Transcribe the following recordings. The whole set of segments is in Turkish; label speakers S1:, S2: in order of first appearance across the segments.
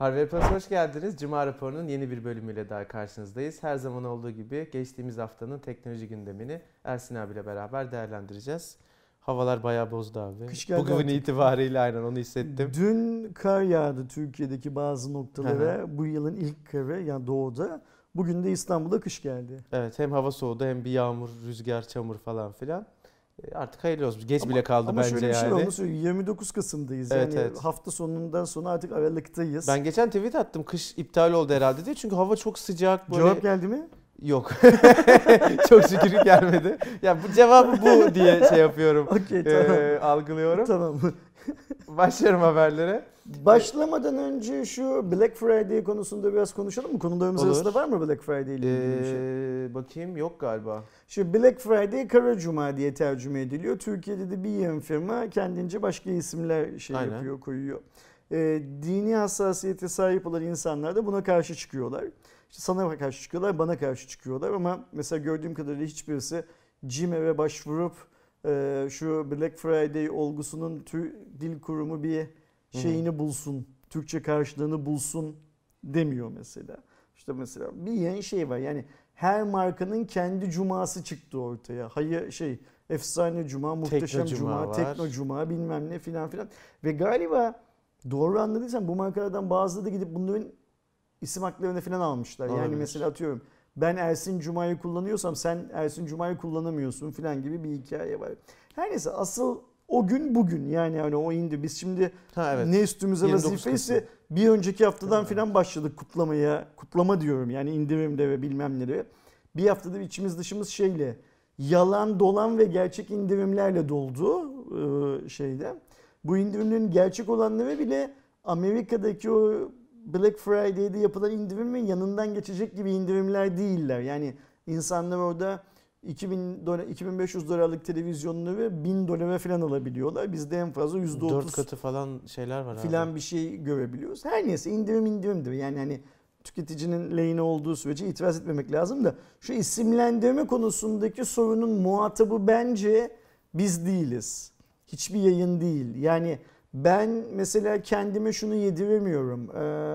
S1: Harvey Plus hoş geldiniz. Cuma raporunun yeni bir bölümüyle daha karşınızdayız. Her zaman olduğu gibi geçtiğimiz haftanın teknoloji gündemini Ersin abiyle beraber değerlendireceğiz. Havalar bayağı bozdu abi. Bugün artık itibariyle aynen onu hissettim.
S2: Dün kar yağdı Türkiye'deki bazı noktalara. Bu yılın ilk karı yani doğuda. Bugün de İstanbul'da kış geldi.
S1: Evet, hem hava soğudu hem bir yağmur, rüzgar, çamur falan filan. Artık hayırlı olsun. Geç bile kaldı
S2: ama
S1: bence
S2: şöyle bir şey
S1: yani.
S2: var, onu söyleyeyim. 29 Kasım'dayız.
S1: Evet,
S2: yani
S1: evet.
S2: hafta sonundan sonra artık Aralık'tayız.
S1: Ben geçen tweet attım. Kış iptal oldu herhalde diye. Çünkü hava çok sıcak. Böyle...
S2: Cevap geldi mi?
S1: Yok. Çok şükür gelmedi. Ya bu cevabı bu diye şey yapıyorum.
S2: Okey, tamam.
S1: Algılıyorum.
S2: Tamam.
S1: Başlıyorum haberlere.
S2: Başlamadan önce şu Black Friday konusunda biraz konuşalım mı? Konularımız
S1: Olur.
S2: arasında var mı Black Friday ile ilgili bir şey?
S1: Bakayım, yok galiba.
S2: Şu Black Friday Kara Cuma diye tercüme ediliyor. Türkiye'de de bir yığın firma kendince başka isimler
S1: Aynen.
S2: yapıyor, koyuyor. Dini hassasiyete sahip olan insanlar da buna karşı çıkıyorlar. İşte sana karşı çıkıyorlar, bana karşı çıkıyorlar ama mesela gördüğüm kadarıyla hiçbirisi CİMER'e başvurup şu Black Friday olgusunun Türk Dil Kurumu bir şeyini bulsun, Türkçe karşılığını bulsun demiyor mesela. İşte mesela bir yeni şey var yani her markanın kendi cuması çıktı ortaya. Hayır efsane cuma, muhteşem cuma, tekno cuma bilmem ne filan filan. Ve galiba doğru anladıysam bu markalardan bazıları da gidip bunların isim haklarını filan almışlar.
S1: Olabilir.
S2: Yani mesela atıyorum ben Ersin Cuma'yı kullanıyorsam sen Ersin Cuma'yı kullanamıyorsun filan gibi bir hikaye var. Her neyse asıl o gün bugün yani hani o indi. Biz şimdi
S1: evet.
S2: Ne üstümüze vazifeyse bir önceki haftadan filan başladık kutlamaya. Kutlama diyorum yani indirimde ve bilmem neleri. Bir haftadır içimiz dışımız şeyle yalan dolan ve gerçek indirimlerle doldu şeyde. Bu indirimlerin gerçek olanları bile Amerika'daki o Black Friday'de yapılan indirimin yanından geçecek gibi indirimler değiller. Yani insanlar orada 2500 dolarlık televizyonları 1000 dolara falan alabiliyorlar. Bizde en fazla %30
S1: 4 katı falan şeyler var
S2: filan
S1: abi.
S2: bir şey görebiliyoruz. Her neyse indirimdir. Yani hani tüketicinin lehine olduğu sürece itiraz etmemek lazım da şu isimlendirme konusundaki sorunun muhatabı bence biz değiliz. Hiçbir yayın değil. Yani ben mesela kendime şunu yediremiyorum.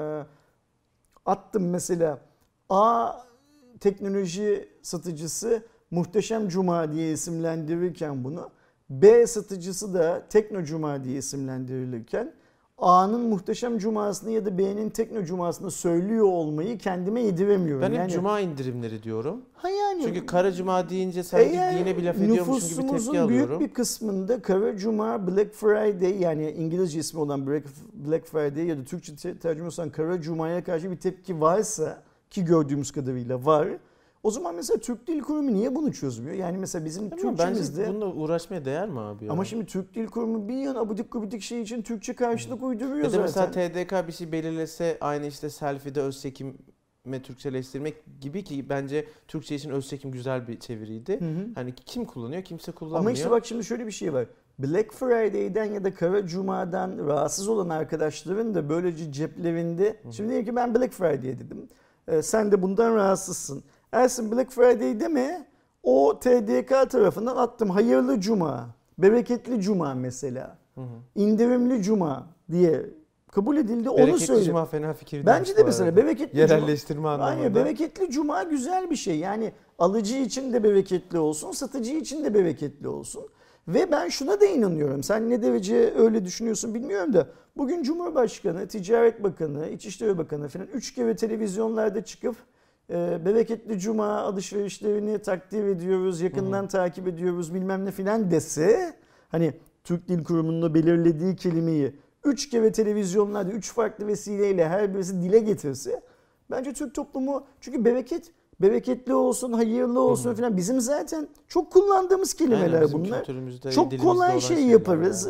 S2: Attım mesela A teknoloji satıcısı Muhteşem Cuma diye isimlendirirken bunu, B satıcısı da Tekno Cuma diye isimlendirilirken A'nın Muhteşem Cuma'sını ya da B'nin Tekno Cuma'sını söylüyor olmayı kendime yediremiyorum.
S1: Ben hep
S2: yani,
S1: Cuma indirimleri diyorum.
S2: Yani,
S1: çünkü Kara Cuma deyince sanki dine bir laf ediyormuşum gibi tepki alıyorum.
S2: Nüfusumuzun büyük bir kısmında Kara Cuma, Black Friday yani İngilizce ismi olan Black Friday ya da Türkçe tercüme olan Kara Cuma'ya karşı bir tepki varsa ki gördüğümüz kadarıyla var. O zaman mesela Türk Dil Kurumu niye bunu çözmüyor? Yani mesela bizim Türkçemizde...
S1: Bence bununla uğraşmaya değer mi abi ya?
S2: Ama şimdi Türk Dil Kurumu bir yan abidik gubidik şey için Türkçe karşılık uyduruyor
S1: zaten.
S2: Mesela
S1: TDK bir şey belirlese aynı işte selfie'de öz çekime Türkçeleştirmek gibi ki bence Türkçe için öz çekim güzel bir çeviriydi. Hani kim kullanıyor? Kimse kullanmıyor.
S2: Ama işte bak şimdi şöyle bir şey var. Black Friday'den ya da Kara Cuma'dan rahatsız olan arkadaşların da böylece ceplerinde... Şimdi diyelim ki ben Black Friday dedim. Sen de bundan rahatsızsın. Ersin Black Friday deme, o TDK tarafından attım. Hayırlı Cuma, bereketli Cuma mesela. İndirimli Cuma diye kabul edildi. Onu
S1: Bereketli
S2: söyle.
S1: Cuma fena fikir değil.
S2: Bence de mesela bereketli
S1: yerelleştirme
S2: Cuma.
S1: anlamında.
S2: Aynen, bereketli Cuma güzel bir şey. Yani alıcı için de bereketli olsun, satıcı için de bereketli olsun. Ve ben şuna da inanıyorum. Sen ne derece öyle düşünüyorsun bilmiyorum da. Bugün Cumhurbaşkanı, Ticaret Bakanı, İçişleri Bakanı falan 3 kere televizyonlarda çıkıp bereketli Cuma alışverişlerini takdir ediyoruz, yakından takip ediyoruz bilmem ne filan dese, hani Türk Dil Kurumu'nun belirlediği kelimeyi 3 kere televizyonlarda 3 farklı vesileyle her birisi dile getirse, bence Türk toplumu, çünkü bereketli olsun, hayırlı olsun filan bizim zaten çok kullandığımız kelimeler. Aynen, bunlar. Çok kolay şey yaparız,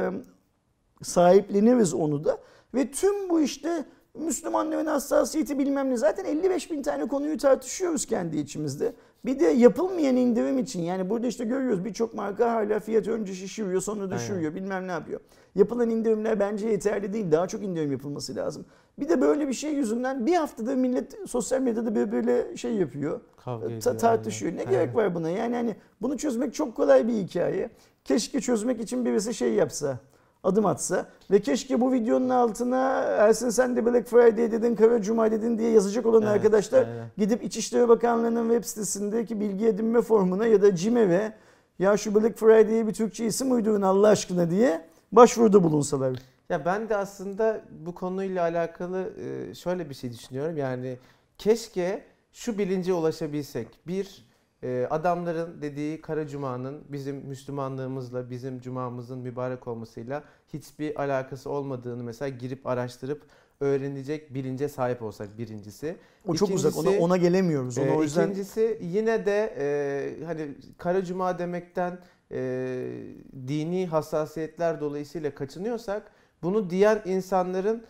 S2: sahipleniriz onu da ve tüm bu işte Müslümanların hassasiyeti bilmem ne. Zaten 55.000 tane konuyu tartışıyoruz kendi içimizde. Bir de yapılmayan indirim için. Yani burada işte görüyoruz birçok marka hala fiyat önce şişiriyor sonra düşürüyor. Bilmem ne yapıyor. Yapılan indirimler bence yeterli değil. Daha çok indirim yapılması lazım. Bir de böyle bir şey yüzünden bir haftada millet sosyal medyada böyle şey yapıyor. Tartışıyor. Ne gerek var buna? Yani hani bunu çözmek çok kolay bir hikaye. Keşke çözmek için birisi şey yapsa. adım atsa ve keşke bu videonun altına Ersin sen de Black Friday dedin, Kara Cuma dedin diye yazacak olan arkadaşlar gidip İçişleri Bakanlığı'nın web sitesindeki bilgi edinme formuna ya da CİMEV'e ya şu Black Friday'ye bir Türkçe isim uydurun Allah aşkına diye başvuruda bulunsalar.
S1: Ya ben de aslında bu konuyla alakalı şöyle bir şey düşünüyorum. Yani keşke şu bilince ulaşabilsek. Adamların dediği Kara Cuma'nın bizim Müslümanlığımızla, bizim Cuma'mızın mübarek olmasıyla hiçbir alakası olmadığını mesela girip araştırıp öğrenecek bilince sahip olsak birincisi.
S2: O çok uzak, ona gelemiyoruz. O yüzden...
S1: İkincisi yine de hani Kara Cuma demekten dini hassasiyetler dolayısıyla kaçınıyorsak bunu diyen insanların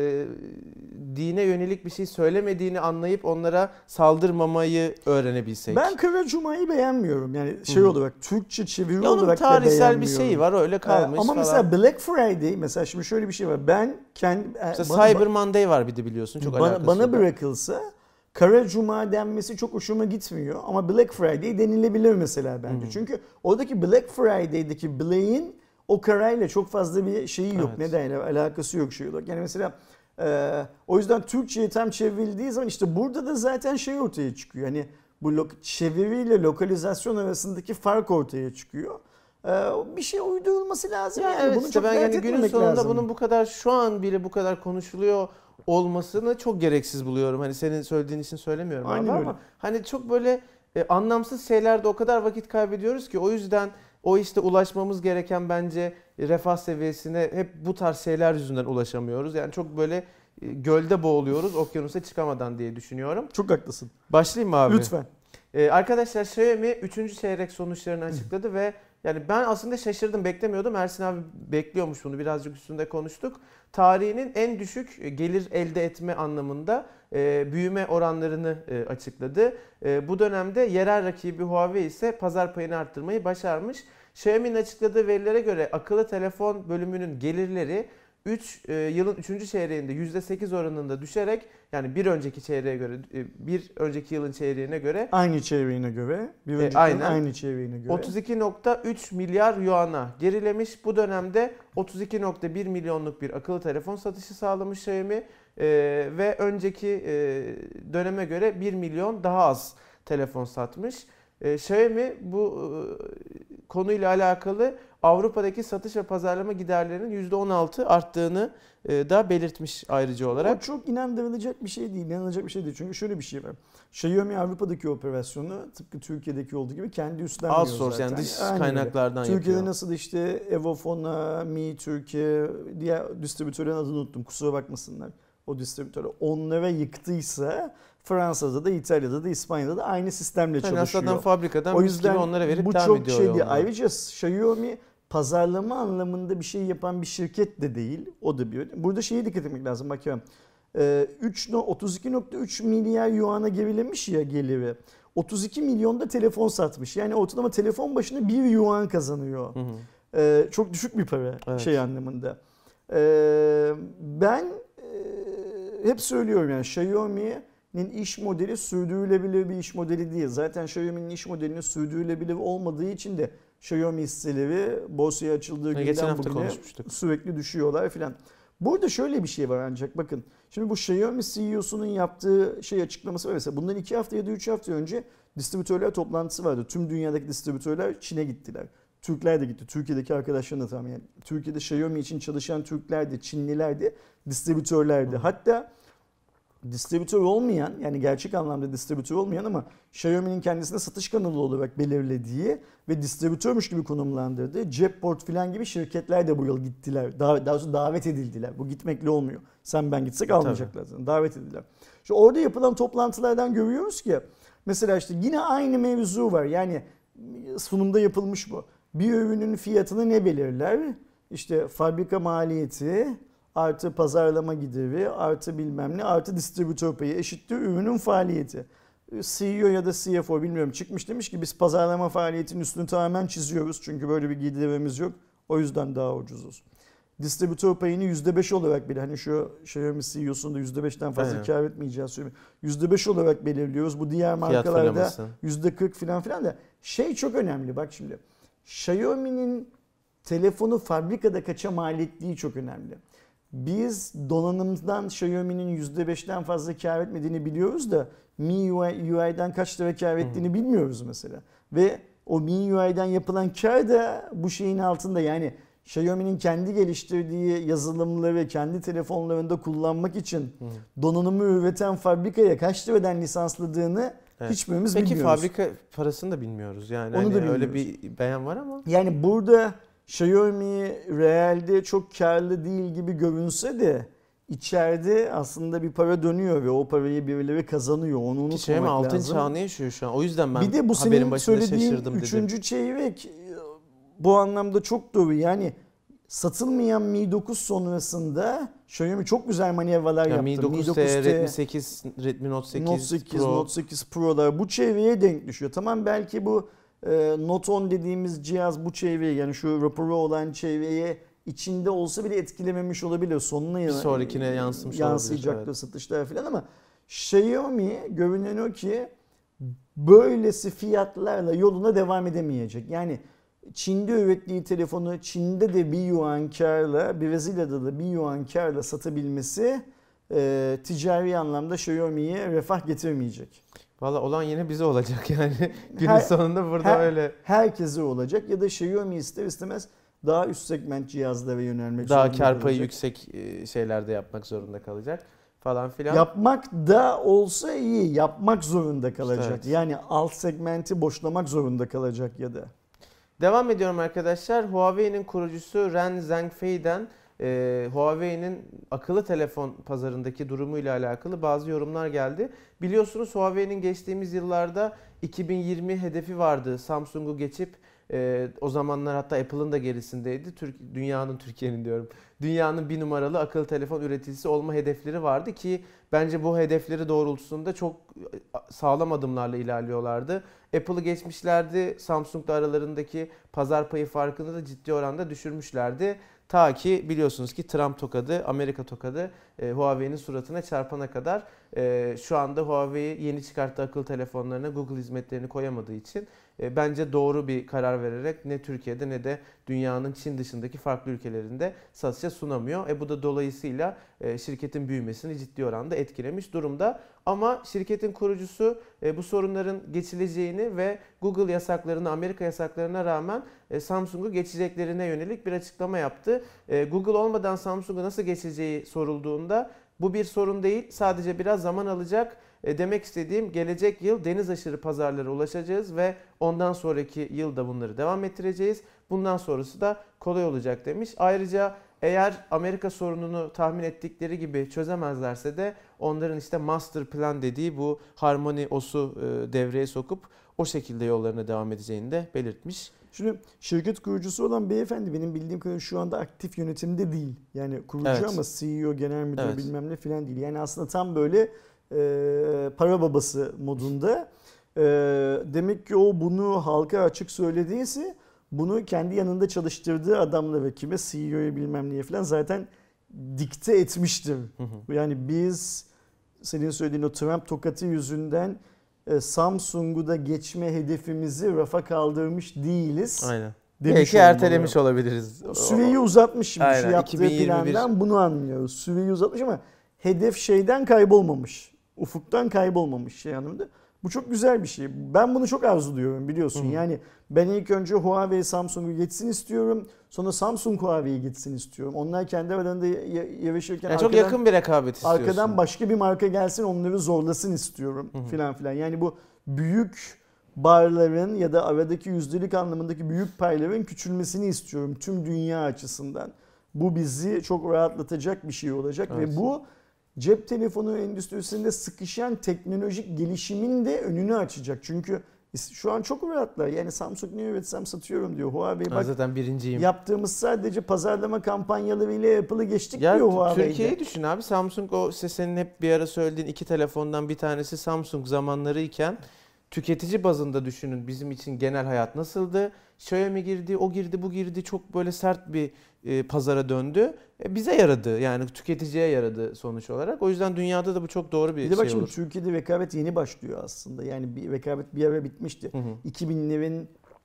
S1: dine yönelik bir şey söylemediğini anlayıp onlara saldırmamayı öğrenebilsek.
S2: Ben Kara Cuma'yı beğenmiyorum. Yani olarak Türkçe çeviri olarak da beğenmiyorum.
S1: Onun tarihsel bir şeyi var öyle kalmış
S2: ama
S1: falan.
S2: Mesela Black Friday mesela şimdi şöyle bir şey var. Ben
S1: Cyber Monday var bir de biliyorsun çok alakası
S2: bana bırakılsa Kara Cuma denmesi çok hoşuma gitmiyor ama Black Friday denilebilir mesela bence. Çünkü oradaki Black Friday'deki Black'in o karayla çok fazla bir şeyi yok. Evet. Nedenle alakası yok şey olarak. Yani mesela o yüzden Türkçe'ye tam çevrildiği zaman işte burada da zaten şey ortaya çıkıyor. Hani bu çeviriyle lokalizasyon arasındaki fark ortaya çıkıyor. Bir şey uydurulması lazım.
S1: Yani evet, bunu işte çok ben yani günün sonunda lazım. Bunun bu kadar şu an bile bu kadar konuşuluyor olmasını çok gereksiz buluyorum. Hani senin söylediğin için söylemiyorum ama hani çok böyle anlamsız şeylerde o kadar vakit kaybediyoruz ki o yüzden o işte ulaşmamız gereken bence refah seviyesine hep bu tarz şeyler yüzünden ulaşamıyoruz. Yani çok böyle gölde boğuluyoruz okyanusa çıkamadan diye düşünüyorum.
S2: Çok haklısın.
S1: Başlayayım mı abi?
S2: Lütfen.
S1: Arkadaşlar Xiaomi 3. çeyrek sonuçlarını açıkladı ve yani ben aslında şaşırdım, beklemiyordum. Ersin abi bekliyormuş bunu, birazcık üstünde konuştuk. Tarihinin en düşük gelir elde etme anlamında büyüme oranlarını açıkladı. Bu dönemde yerel rakibi Huawei ise pazar payını arttırmayı başarmış. Xiaomi'nin açıkladığı verilere göre akıllı telefon bölümünün gelirleri yılın 3. çeyreğinde %8 oranında düşerek yani bir önceki çeyreğe göre bir önceki yılın çeyreğine göre
S2: aynı çeyreğine göre bir önceki yılın aynı çeyreğine göre
S1: 32.3 milyar yuana gerilemiş. Bu dönemde 32.1 milyonluk bir akıllı telefon satışı sağlamış Xiaomi ve önceki döneme göre 1 milyon daha az telefon satmış. Xiaomi bu konuyla alakalı Avrupa'daki satış ve pazarlama giderlerinin %16 arttığını da belirtmiş ayrıca olarak.
S2: O çok inandırılacak bir şey değil. İnanılacak bir şey değil. Çünkü şöyle bir şey var. Xiaomi Avrupa'daki operasyonu tıpkı Türkiye'deki olduğu gibi kendi üstlenmiyor
S1: outsource
S2: zaten.
S1: Yani dış kaynaklardan yapıyor.
S2: Türkiye'de nasıl işte Evofon'a, Mi Türkiye, diğer distribütörlerin adını unuttum. Kusura bakmasınlar. O distribütörü onlara yıktıysa Fransa'da da, İtalya'da da, İspanya'da da aynı sistemle çalışıyor.
S1: Aslında fabrikadan o yüzden onlara verip
S2: bu çok şey değil. Ayrıca Xiaomi pazarlama anlamında bir şey yapan bir şirket de değil. O da bir. Burada şeye dikkat etmek lazım. Bakıyorum. 32.3 milyar yuana gerilemiş ya geliri. 32 milyonda telefon satmış. Yani ortalama telefon başına 1 yuan kazanıyor. Çok düşük bir para şey anlamında. Ben hep söylüyorum yani Xiaomi'nin iş modeli sürdürülebilir bir iş modeli değil. Zaten Xiaomi'nin iş modelinin sürdürülebilir olmadığı için de Xiaomi hisseleri borsaya açıldığı günden bugüne sürekli düşüyorlar filan. Burada şöyle bir şey var ancak bakın. Şimdi bu Xiaomi CEO'sunun yaptığı açıklaması var. Mesela bundan 2 hafta ya da 3 hafta önce distribütörler toplantısı vardı. Tüm dünyadaki distribütörler Çin'e gittiler. Türkler de gitti. Türkiye'deki arkadaşlarına tamam yani. Türkiye'de Xiaomi için çalışan Türkler de, Çinliler de, distribütörlerdi. Hatta distribütör olmayan yani gerçek anlamda distribütör olmayan ama Xiaomi'nin kendisine satış kanalı olarak belirlediği ve distribütörmüş gibi konumlandırdığı Jetport falan gibi şirketler de bu yıl gittiler. Daha doğrusu davet edildiler. Bu gitmekle olmuyor. Sen ben gitsek almayacaklar zaten. Davet edildiler. İşte orada yapılan toplantılardan görüyoruz ki mesela işte yine aynı mevzu var. Yani sunumda yapılmış bu. Bir ürünün fiyatını ne belirler? İşte fabrika maliyeti artı pazarlama gideri artı bilmem ne artı distribütör payı eşittir ürünün faaliyeti. CEO ya da CFO bilmiyorum çıkmış demiş ki biz pazarlama faaliyetinin üstünü tamamen çiziyoruz. Çünkü böyle bir giderimiz yok. O yüzden daha ucuzuz. Distribütör payını %5 olarak bile hani şu Xiaomi CEO'sunun da %5'ten fazla kar etmeyeceğiz söyleyeyim. %5 olarak belirliyoruz. Bu diğer markalarda %40 falan da. Şey çok önemli bak şimdi. Xiaomi'nin telefonu fabrikada kaça mal ettiği çok önemli. Biz donanımdan Xiaomi'nin %5'ten fazla kar etmediğini biliyoruz da MIUI'den kaç lira kar ettiğini bilmiyoruz mesela. Ve o MIUI'den yapılan kar da bu şeyin altında. Yani Xiaomi'nin kendi geliştirdiği yazılımları kendi telefonlarında kullanmak için donanımı üreten fabrikaya kaç liradan lisansladığını hiçbirimiz bilmiyoruz.
S1: Peki fabrika parasını da bilmiyoruz. Yani
S2: onu
S1: hani
S2: da
S1: öyle bir beyan var ama.
S2: Yani burada Xiaomi realde çok karlı değil gibi görünse de içeride aslında bir para dönüyor ve o parayı birileri kazanıyor. Onu unutmamak lazım.
S1: Xiaomi altın çağını yaşıyor şu an. O yüzden ben
S2: bir de bu
S1: haberin başında
S2: söylediğin
S1: şaşırdım dedim.
S2: 3. çeyrek bu anlamda çok doğru. Yani satılmayan Mi 9 sonrasında Xiaomi çok güzel manevralar yaptı.
S1: Mi 9T, Redmi 8, Redmi Note 8,
S2: Note 8,
S1: Pro.
S2: Note 8 Pro'lar bu çevreye denk düşüyor. Tamam belki bu Note 10 dediğimiz cihaz bu çevreye yani şu raporu olan çevreye içinde olsa bile etkilememiş olabilir. Sonuna
S1: bir sonrakine
S2: yansıyacaktır
S1: evet.
S2: satışlar falan ama Xiaomi görünen o ki böylesi fiyatlarla yoluna devam edemeyecek. Yani Çin'de ürettiği telefonu Çin'de de bir yuan karla, Brezilya'da da bir yuan karla satabilmesi ticari anlamda Xiaomi'ye refah getirmeyecek.
S1: Valla olan yine bize olacak yani. Günün sonunda burada öyle.
S2: Herkese olacak ya da Xiaomi ister istemez daha üst segment cihazlara yönelmek zorunda
S1: daha
S2: kalacak.
S1: kar payı yüksek şeylerde yapmak zorunda kalacak falan filan.
S2: Yapmak da olsa iyi, yapmak zorunda kalacak.
S1: İşte evet.
S2: Yani alt segmenti boşlamak zorunda kalacak ya da.
S1: Devam ediyorum arkadaşlar. Huawei'nin kurucusu Ren Zhengfei'den Huawei'nin akıllı telefon pazarındaki durumuyla alakalı bazı yorumlar geldi. Biliyorsunuz Huawei'nin geçtiğimiz yıllarda 2020 hedefi vardı. Samsung'u geçip o zamanlar hatta Apple'ın da gerisindeydi. Dünyanın bir numaralı akıllı telefon üreticisi olma hedefleri vardı ki bence bu hedefleri doğrultusunda çok sağlam adımlarla ilerliyorlardı. Apple'ı geçmişlerdi. Samsung'la aralarındaki pazar payı farkını da ciddi oranda düşürmüşlerdi. Ta ki biliyorsunuz ki Trump tokadı, Amerika tokadı Huawei'nin suratına çarpana kadar şu anda Huawei yeni çıkarttığı akıllı telefonlarına Google hizmetlerini koyamadığı için bence doğru bir karar vererek ne Türkiye'de ne de dünyanın Çin dışındaki farklı ülkelerinde satışa sunamıyor. Bu da dolayısıyla şirketin büyümesini ciddi oranda etkilemiş durumda. Ama şirketin kurucusu bu sorunların geçileceğini ve Google yasaklarına, Amerika yasaklarına rağmen Samsung'u geçeceklerine yönelik bir açıklama yaptı. Google olmadan Samsung'u nasıl geçeceği sorulduğunda bu bir sorun değil, sadece biraz zaman alacak. Demek istediğim gelecek yıl deniz aşırı pazarlara ulaşacağız ve ondan sonraki yılda bunları devam ettireceğiz. Bundan sonrası da kolay olacak demiş. Ayrıca eğer Amerika sorununu tahmin ettikleri gibi çözemezlerse de onların işte master plan dediği bu Harmony OS'u devreye sokup o şekilde yollarına devam edeceğini de belirtmiş.
S2: Şimdi şirket kurucusu olan beyefendi benim bildiğim kadarıyla şu anda aktif yönetimde değil. Yani kurucu
S1: evet.
S2: ama CEO, genel müdür
S1: evet.
S2: bilmem ne falan değil. Yani aslında tam böyle para babası modunda. Demek ki o bunu halka açık söylediyse bunu kendi yanında çalıştırdığı adamla ve kime CEO'yu bilmem neye falan zaten dikte etmiştir. Yani biz senin söylediğin o Trump tokatı yüzünden Samsung'u da geçme hedefimizi rafa kaldırmış değiliz.
S1: Aynen. Belki ertelemiş olabiliriz.
S2: Süreyi uzatmış şimdi
S1: aynen.
S2: Şu yaptığı
S1: 2021.
S2: plandan bunu anlıyoruz. Süreyi uzatmış ama hedef şeyden kaybolmamış. Ufuktan kaybolmamış şey anlamında. Bu çok güzel bir şey. Ben bunu çok arzuluyorum biliyorsun. Yani ben ilk önce Huawei Samsung'u geçsin istiyorum. Sonra Samsung Huawei'yi geçsin istiyorum. Onlar kendi aralarında yarışırken
S1: çok yakın bir rekabet istiyorsun.
S2: Arkadan başka bir marka gelsin onları zorlasın istiyorum filan filan. Yani bu büyük barların ya da aradaki yüzdelik anlamındaki büyük payların küçülmesini istiyorum tüm dünya açısından. Bu bizi çok rahatlatacak bir şey olacak ve bu cep telefonu endüstrisinde sıkışan teknolojik gelişimin de önünü açacak. Çünkü şu an çok rahatlar. Yani Samsung ne üretsem satıyorum diyor. Huawei bak
S1: zaten birinciyim.
S2: Yaptığımız sadece pazarlama kampanyalarıyla Apple'ı geçtik diyor Huawei'de.
S1: Türkiye'yi düşün abi. Samsung o senin hep bir ara söylediğin iki telefondan bir tanesi Samsung zamanları iken tüketici bazında düşünün bizim için genel hayat nasıldı? Xiaomi girdi, o girdi, bu girdi. Çok böyle sert bir pazara döndü. Bize yaradı. Yani tüketiciye yaradı sonuç olarak. O yüzden dünyada da bu çok doğru bir
S2: şey olur. Bir de bak şimdi
S1: olur.
S2: Türkiye'de rekabet yeni başlıyor aslında. Yani bir rekabet bir ara bitmişti. 2000'lerin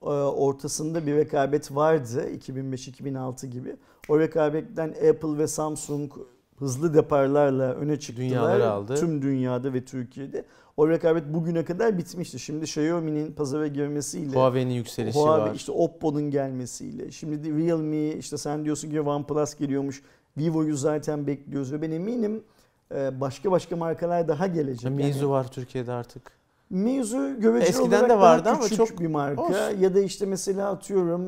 S2: ortasında bir rekabet vardı 2005-2006 gibi. O rekabetten Apple ve Samsung hızlı deparlarla öne çıktılar.
S1: Dünyaları aldı.
S2: Tüm dünyada ve Türkiye'de. O rekabet bugüne kadar bitmişti. Şimdi Xiaomi'nin pazara girmesiyle,
S1: Huawei'nin yükselişi var.
S2: işte Oppo'nun gelmesiyle, şimdi de Realme, işte sen diyorsun ki OnePlus geliyormuş. Vivo'yu zaten bekliyoruz ve ben eminim başka markalar daha gelecek.
S1: Meizu var Türkiye'de artık.
S2: Meizu göreceli
S1: Eskiden
S2: olarak
S1: de vardı
S2: daha
S1: ama
S2: küçük
S1: çok
S2: bir marka.
S1: olsun.
S2: Ya da işte mesela atıyorum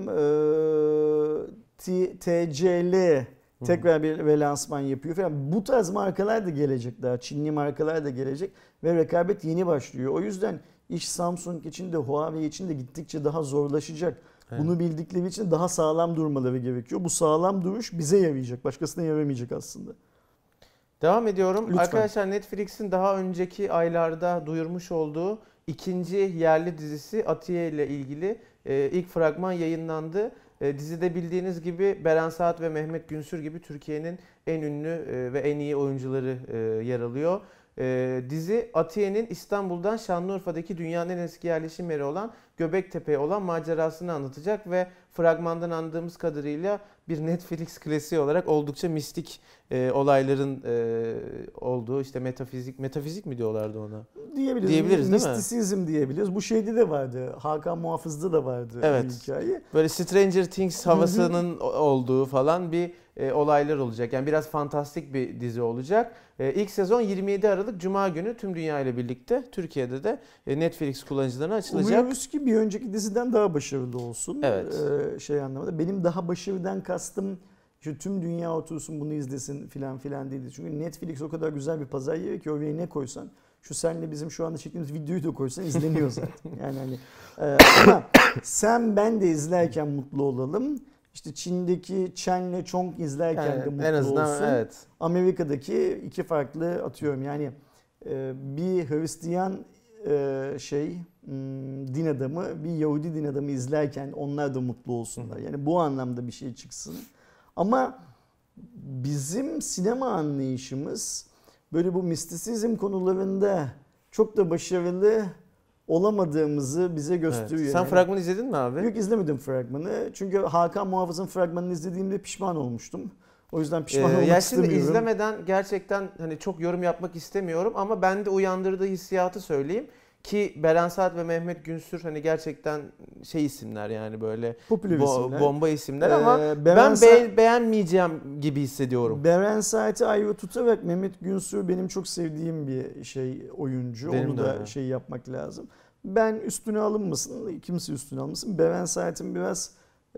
S2: TCL tekrar bir relansman yapıyor falan. Bu tarz markalar da gelecek daha. Çinli markalar da gelecek ve rekabet yeni başlıyor. O yüzden iş Samsung için de Huawei için de gittikçe daha zorlaşacak.
S1: Evet.
S2: Bunu bildikleri için daha sağlam durmaları gerekiyor. Bu sağlam duruş bize yarayacak. Başkasına yaramayacak aslında.
S1: Devam ediyorum.
S2: Lütfen.
S1: Arkadaşlar Netflix'in daha önceki aylarda duyurmuş olduğu ikinci yerli dizisi Atiye ile ilgili ilk fragman yayınlandı. Dizide bildiğiniz gibi Beren Saat ve Mehmet Günsür gibi Türkiye'nin en ünlü ve en iyi oyuncuları yer alıyor. Dizi Atiye'nin İstanbul'dan Şanlıurfa'daki dünyanın en eski yerleşim yeri olan Göbektepe'ye olan macerasını anlatacak ve fragmandan anladığımız kadarıyla bir Netflix klasiği olarak oldukça mistik olayların olduğu, işte metafizik mi diyorlardı ona? Diyebiliriz değil mi?
S2: Mistisizm diyebiliriz. Bu şeyde de vardı. Hakan Muhafız'da da vardı
S1: Evet.
S2: bir hikaye.
S1: Böyle Stranger Things havasının olduğu falan bir olaylar olacak. Yani biraz fantastik bir dizi olacak. İlk sezon 27 Aralık Cuma günü tüm dünya ile birlikte Türkiye'de de Netflix kullanıcılarına açılacak.
S2: Umuyoruz ki bir önceki diziden daha başarılı olsun.
S1: Evet.
S2: Şey anlamında. Benim daha başarıdan kastım şu tüm dünya otursun bunu izlesin filan değildi. Çünkü Netflix o kadar güzel bir pazar yeri ki oraya ne koysan, şu senle bizim şu anda çektiğimiz videoyu da koysan izleniyor zaten. Yani hani ama sen ben de izlerken mutlu olalım. İşte Çin'deki Chen'le Chong izlerken de mutlu
S1: en azından,
S2: olsun.
S1: evet.
S2: Amerika'daki iki farklı atıyorum yani bir Hristiyan din adamı, bir Yahudi din adamı izlerken onlar da mutlu olsunlar. Yani bu anlamda bir şey çıksın. Ama bizim sinema anlayışımız böyle bu mistisizm konularında çok da başarılı olamadığımızı bize gösteriyor.
S1: Evet. Sen fragmanı izledin mi abi?
S2: Yok, izlemedim fragmanı. Çünkü Hakan Muhafız'ın fragmanını izlediğimde pişman olmuştum. O yüzden pişman olmak istemiyorum.
S1: Şimdi izlemeden gerçekten hani çok yorum yapmak istemiyorum ama bende uyandırdığı hissiyatı söyleyeyim. Ki Beren Saat ve Mehmet Günsür hani gerçekten isimler, yani böyle
S2: popüler isimler.
S1: Bomba isimler ama ben beğenmeyeceğim gibi hissediyorum.
S2: Beren Saat'i ayrı tutarak Mehmet Günsür benim çok sevdiğim bir oyuncu.
S1: Benim
S2: onu da yapmak lazım. Ben üstüne alınmasın, kimse üstüne alınmasın. Beren Saat'in biraz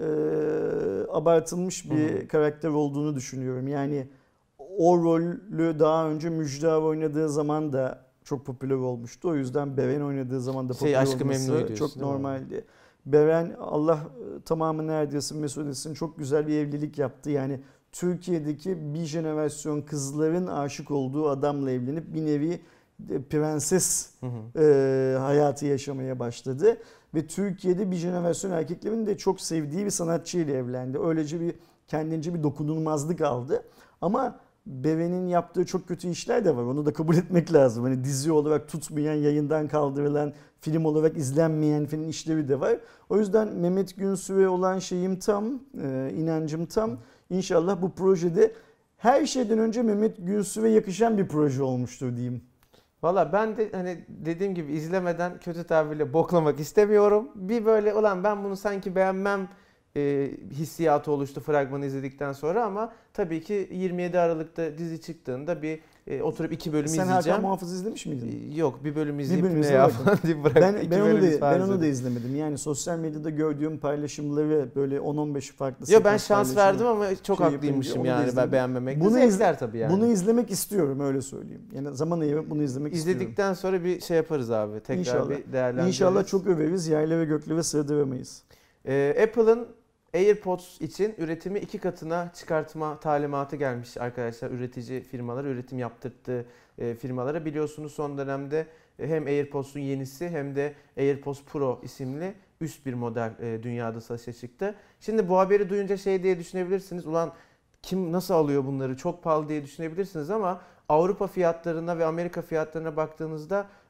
S2: abartılmış bir karakter olduğunu düşünüyorum. Yani o rolü daha önce Müjdar oynadığı zaman da çok popüler olmuştu. O yüzden Beren oynadığı zaman da popüler olması çok normaldi. Beren, Allah tamamını erdirsin, mesut etsin, çok güzel bir evlilik yaptı. Yani Türkiye'deki bir jenerasyon kızların aşık olduğu adamla evlenip bir nevi prenses hayatı yaşamaya başladı. Ve Türkiye'de bir jenerasyon erkeklerin de çok sevdiği bir sanatçıyla evlendi. Öylece kendince bir dokunulmazlık aldı. Ama Beren'in yaptığı çok kötü işler de var. Onu da kabul etmek lazım. Hani dizi olarak tutmayan, yayından kaldırılan, film olarak izlenmeyen film işleri de var. O yüzden Mehmet Günsür'e olan şeyim tam, inancım tam. İnşallah bu projede her şeyden önce Mehmet Günsür'e yakışan bir proje olmuştur diyeyim.
S1: Valla ben de hani dediğim gibi izlemeden kötü tabirle boklamak istemiyorum. Bir böyle ulan ben bunu sanki beğenmem hissiyatı oluştu fragmanı izledikten sonra ama tabii ki 27 Aralık'ta dizi çıktığında bir oturup 2 bölüm izleyeceğim.
S2: Sen Hakan Muhafız izlemiş miydin?
S1: Yok, bir bölüm izleyip ne ya falan diye bıraktım.
S2: Ben onu da izlemedim. Yani sosyal medyada gördüğüm paylaşımları böyle 10-15 farklı.
S1: Yok, ben şans verdim ama çok haklıymışım yani ben beğenmemekte. Bunu izler tabii yani.
S2: Bunu izlemek istiyorum, öyle söyleyeyim. Yani zaman ayırıp bunu izlemek istiyorum.
S1: İzledikten sonra bir şey yaparız abi. Tekrar
S2: İnşallah.
S1: Bir değerlendiririz.
S2: İnşallah çok överiz. Yerle ve gökle sığdıramayız.
S1: Apple'ın AirPods için üretimi 2 katına çıkartma talimatı gelmiş arkadaşlar. Üretici firmalara, üretim yaptırttığı firmalara. Biliyorsunuz son dönemde hem AirPods'un yenisi hem de AirPods Pro isimli üst bir model dünyada satışa çıktı. Şimdi bu haberi duyunca diye düşünebilirsiniz. Ulan kim nasıl alıyor bunları, çok pahalı diye düşünebilirsiniz ama Avrupa fiyatlarına ve Amerika fiyatlarına baktığınızda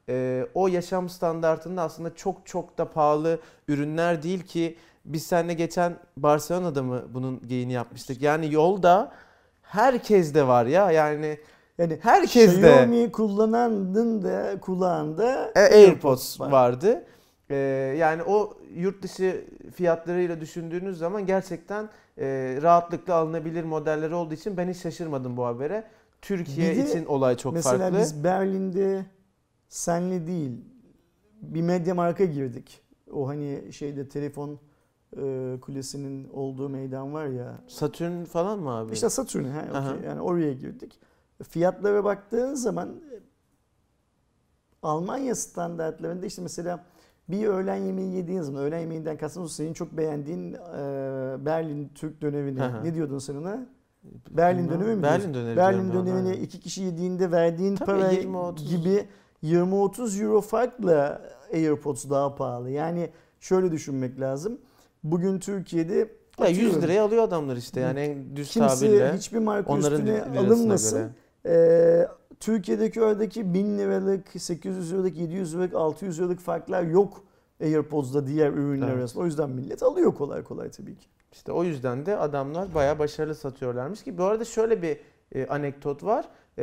S1: o yaşam standartında aslında çok çok da pahalı ürünler değil ki biz seninle geçen Barcelona'da mı bunun geyini yapmıştık. Yani yolda herkes de var ya yani herkes de.
S2: Xiaomi kullananın da kulağında
S1: AirPods vardı. Yani o yurt dışı fiyatlarıyla düşündüğünüz zaman gerçekten rahatlıkla alınabilir modeller olduğu için ben hiç şaşırmadım bu habere. Türkiye için olay çok
S2: mesela
S1: farklı.
S2: Mesela biz Berlin'de senle değil bir MediaMarkt'a girdik. O hani telefon kulesinin olduğu meydan var ya.
S1: Satürn falan mı abi?
S2: İşte Satürn. Okay. Yani oraya girdik. Fiyatlara baktığın zaman Almanya standartlarında işte mesela bir öğlen yemeği yediğin zaman, öğlen yemeğinden kastım senin çok beğendiğin Berlin Türk dönevini. Ne diyordun sen ona? Berlin dönemi mi? Berlin dönemini 2 kişi yediğinde verdiğin para gibi 20-30 euro farkla AirPods daha pahalı. Yani şöyle düşünmek lazım. Bugün Türkiye'de
S1: ya 100 liraya alıyor adamlar işte yani en düz tabirle.
S2: Kimse hiçbir marka üstüne alınmasın. Türkiye'deki oradaki 1000 liralık, 800 liralık, 700 liralık, 600 liralık farklar yok AirPods'da diğer ürünler arasında. O yüzden millet alıyor kolay kolay tabii ki.
S1: İşte o yüzden de adamlar bayağı başarılı satıyorlarmış ki bu arada şöyle bir anekdot var.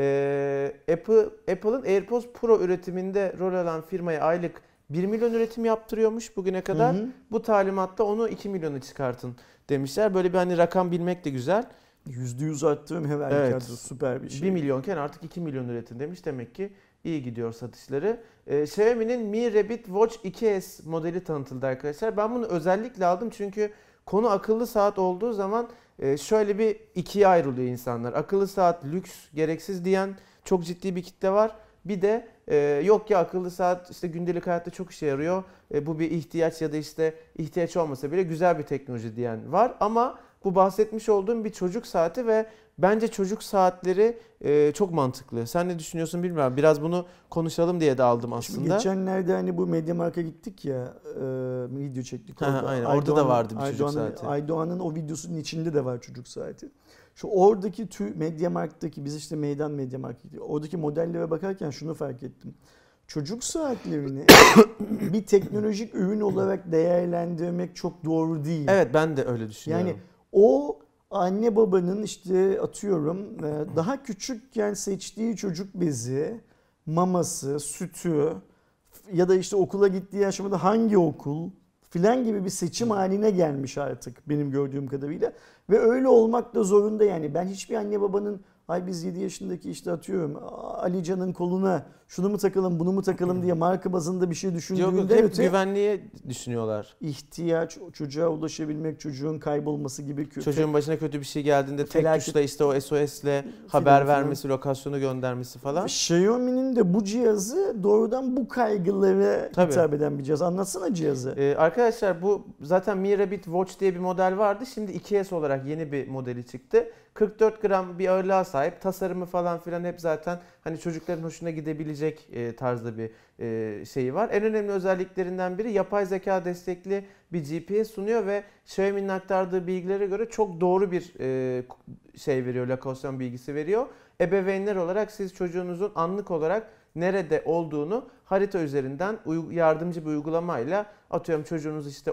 S1: Apple'ın AirPods Pro üretiminde rol alan firmaya aylık 1 milyon üretim yaptırıyormuş bugüne kadar. Bu talimatta onu 2 milyona çıkartın demişler. Böyle bir hani rakam bilmek de güzel.
S2: %100 arttırım hemen evet. Süper bir şey.
S1: 1 milyonken artık 2 milyon üretin demiş. Demek ki iyi gidiyor satışları. Xiaomi'nin Mi Rabbit Watch 2S modeli tanıtıldı arkadaşlar. Ben bunu özellikle aldım çünkü konu akıllı saat olduğu zaman şöyle bir ikiye ayrılıyor insanlar. Akıllı saat lüks, gereksiz diyen çok ciddi bir kitle var. Bir de yok ya akıllı saat işte gündelik hayatta çok işe yarıyor. Bu bir ihtiyaç ya da işte ihtiyaç olmasa bile güzel bir teknoloji diyen var. Ama bu bahsetmiş olduğum bir çocuk saati ve bence çocuk saatleri çok mantıklı. Sen ne düşünüyorsun bilmiyorum. Biraz bunu konuşalım diye de aldım aslında.
S2: Şimdi geçenlerde hani bu MediaMarkt'a gittik ya, video çektik.
S1: Aynen. Orada da vardı bir çocuk saati.
S2: Aydoğan'ın o videosunun içinde de var çocuk saati. Şu oradaki MediaMarkt'taki biz işte meydan MediaMarkt'taki oradaki modellere bakarken şunu fark ettim. Çocuk saatlerini bir teknolojik ürün olarak değerlendirmek çok doğru değil.
S1: Evet ben de öyle düşünüyorum.
S2: Yani o anne babanın işte atıyorum daha küçükken seçtiği çocuk bezi, maması, sütü ya da işte okula gittiği aşamada hangi okul filan gibi bir seçim haline gelmiş artık benim gördüğüm kadarıyla. Ve öyle olmak da zorunda yani. Ben hiçbir anne babanın ay biz 7 yaşındaki işte atıyorum Ali Can'ın koluna şunu mu takalım bunu mu takalım diye marka bazında bir şey düşündüğünde
S1: hep güvenliğe düşünüyorlar.
S2: İhtiyaç, çocuğa ulaşabilmek, çocuğun kaybolması gibi kötü.
S1: Çocuğun başına kötü bir şey geldiğinde tek tuşla işte o SOS'le haber vermesi, lokasyonu göndermesi falan.
S2: Xiaomi'nin de bu cihazı doğrudan bu kaygılara hitap eden bir cihaz. Anlatsana cihazı.
S1: Arkadaşlar bu zaten Mi Rabbit Watch diye bir model vardı. Şimdi 2S olarak yeni bir modeli çıktı. 44 gram bir ağırlığa sahip. Tasarımı falan filan hep zaten hani çocukların hoşuna gidebilecek tarzda bir şeyi var. En önemli özelliklerinden biri yapay zeka destekli bir GPS sunuyor ve Xiaomi'nin aktardığı bilgilere göre çok doğru bir şey veriyor, lokasyon bilgisi veriyor. Ebeveynler olarak siz çocuğunuzun anlık olarak nerede olduğunu harita üzerinden yardımcı bir uygulamayla atıyorum çocuğunuz işte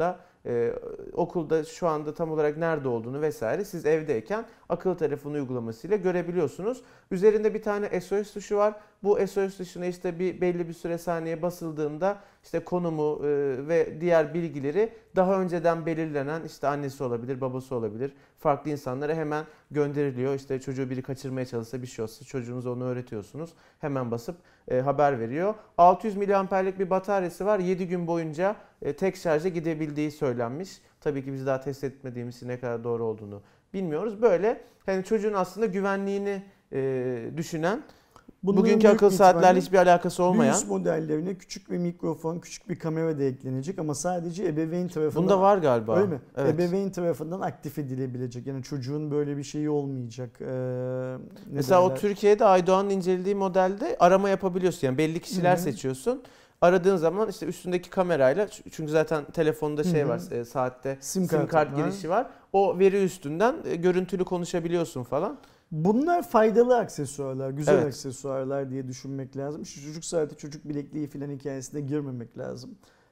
S1: okulda şu anda tam olarak nerede olduğunu vesaire siz evdeyken akıllı telefon uygulamasıyla görebiliyorsunuz. Üzerinde bir tane SOS tuşu var. Bu SOS tuşuna işte belli bir süre saniye basıldığında işte konumu ve diğer bilgileri daha önceden belirlenen işte annesi olabilir, babası olabilir. Farklı insanlara hemen gönderiliyor. İşte çocuğu biri kaçırmaya çalışsa bir şey olsa çocuğunuza onu öğretiyorsunuz. Hemen basıp haber veriyor. 600 mAh'lik bir bataryası var. 7 gün boyunca tek şarja gidebildiği söylenmiş. Tabii ki biz daha test etmediğimiz için ne kadar doğru olduğunu bilmiyoruz. Böyle hani çocuğun aslında güvenliğini düşünen bugünkü akıllı saatlerle hiçbir alakası olmayan.
S2: Üst modellerine küçük bir mikrofon, küçük bir kamera da eklenecek ama sadece ebeveyn tarafından.
S1: Bunda var galiba.
S2: Öyle mi?
S1: Evet.
S2: Ebeveyn tarafından aktif edilebilecek. Yani çocuğun böyle bir şeyi olmayacak.
S1: Mesela o Türkiye'de Aydoğan'ın incelediği modelde arama yapabiliyorsun. Yani belli kişiler seçiyorsun. Aradığın zaman işte üstündeki kamerayla çünkü zaten telefonda şey var saatte sim kart girişi var. O veri üstünden görüntülü konuşabiliyorsun falan.
S2: Bunlar faydalı aksesuarlar, güzel
S1: Evet.
S2: aksesuarlar diye düşünmek lazım. Şu çocuk saati, çocuk bilekliği falan hikayesine girmemek lazım.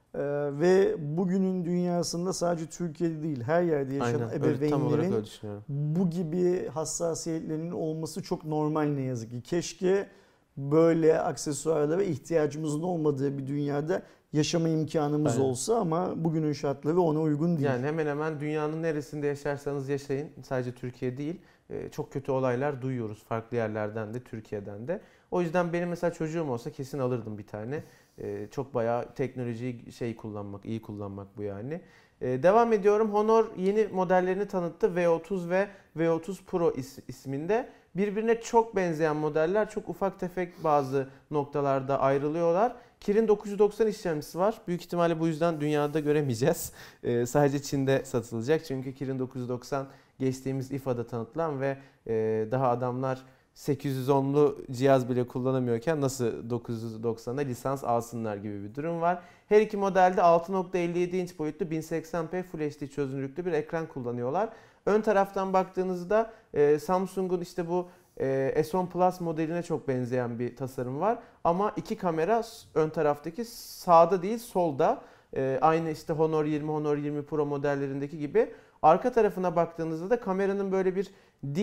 S2: Ve bugünün dünyasında sadece Türkiye'de değil, her yerde yaşayan
S1: Aynen. Öyle, tam olarak
S2: ebeveynlerin
S1: öyle düşünüyorum.
S2: bu gibi hassasiyetlerinin olması çok normal ne yazık ki. Keşke böyle aksesuarlara ihtiyacımızın olmadığı bir dünyada yaşama imkanımız
S1: Aynen.
S2: olsa ama bugünün şartları ona uygun değil.
S1: Yani hemen hemen dünyanın neresinde yaşarsanız yaşayın, sadece Türkiye değil, çok kötü olaylar duyuyoruz farklı yerlerden de, Türkiye'den de. O yüzden benim mesela çocuğum olsa kesin alırdım bir tane. Çok bayağı teknolojiyi iyi kullanmak bu yani. Devam ediyorum. Honor yeni modellerini tanıttı. V30 ve V30 Pro isminde. Birbirine çok benzeyen modeller, çok ufak tefek bazı noktalarda ayrılıyorlar. Kirin 990 işlemcisi var. Büyük ihtimalle bu yüzden dünyada göremeyeceğiz. Sadece Çin'de satılacak. Çünkü Kirin 990 geçtiğimiz IFA'da tanıtılan ve daha adamlar 810'lu cihaz bile kullanamıyorken nasıl 990'a lisans alsınlar gibi bir durum var. Her iki modelde 6.57 inç boyutlu 1080p Full HD çözünürlüklü bir ekran kullanıyorlar. Ön taraftan baktığınızda Samsung'un işte bu S10 Plus modeline çok benzeyen bir tasarım var. Ama iki kamera ön taraftaki sağda değil solda. Aynı işte Honor 20, Honor 20 Pro modellerindeki gibi. Arka tarafına baktığınızda da kameranın böyle bir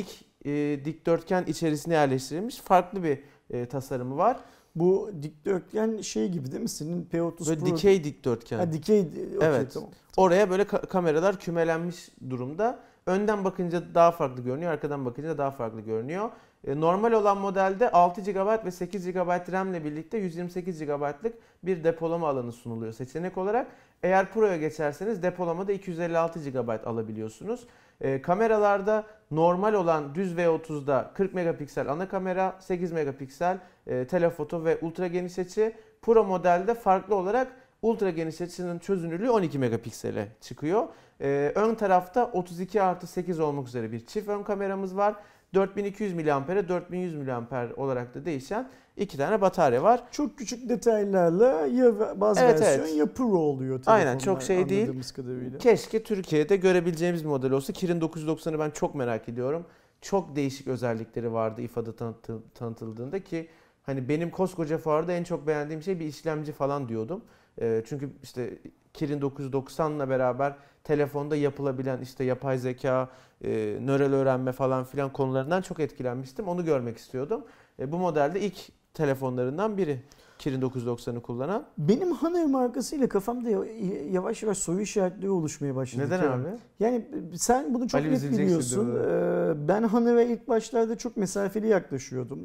S1: dikdörtgen içerisine yerleştirilmiş farklı bir tasarımı var.
S2: Bu dikdörtgen şey gibi değil mi? Senin P30
S1: Böyle
S2: Pro...
S1: dikey dikdörtgen.
S2: Ha, dikey, okay,
S1: evet.
S2: Tamam.
S1: Oraya böyle kameralar kümelenmiş durumda. Önden bakınca daha farklı görünüyor, arkadan bakınca daha farklı görünüyor. Normal olan modelde 6 GB ve 8 GB RAM ile birlikte 128 GB'lık bir depolama alanı sunuluyor seçenek olarak. Eğer Pro'ya geçerseniz depolamada 256 GB alabiliyorsunuz. Kameralarda normal olan düz V30'da 40 megapiksel ana kamera, 8 megapiksel telefoto ve ultra geniş açı. Pro modelde farklı olarak ultra geniş açının çözünürlüğü 12 megapiksele çıkıyor. Ön tarafta 32+8 olmak üzere bir çift ön kameramız var. 4200 mAh'e 4100 mAh olarak da değişen iki tane batarya var.
S2: Çok küçük detaylarla ya baz versiyon ya Pro oluyor.
S1: Aynen, çok şey değil.
S2: Kadarıyla.
S1: Keşke Türkiye'de görebileceğimiz bir model olsa. Kirin 990'ı ben çok merak ediyorum. Çok değişik özellikleri vardı IFA'da tanıtıldığında ki hani benim koskoca fuarda en çok beğendiğim şey bir işlemci falan diyordum. Çünkü işte Kirin 990'la beraber telefonda yapılabilen işte yapay zeka, nörel öğrenme falan filan konularından çok etkilenmiştim. Onu görmek istiyordum. Bu modelde ilk telefonlarından biri Kirin 990'ı kullanan.
S2: Benim Honor markasıyla kafamda yavaş yavaş soru işaretleri oluşmaya başladı.
S1: Neden abi?
S2: Yani sen bunu çok
S1: Ali
S2: net biliyorsun. Ben Honor'a ilk başlarda çok mesafeli yaklaşıyordum.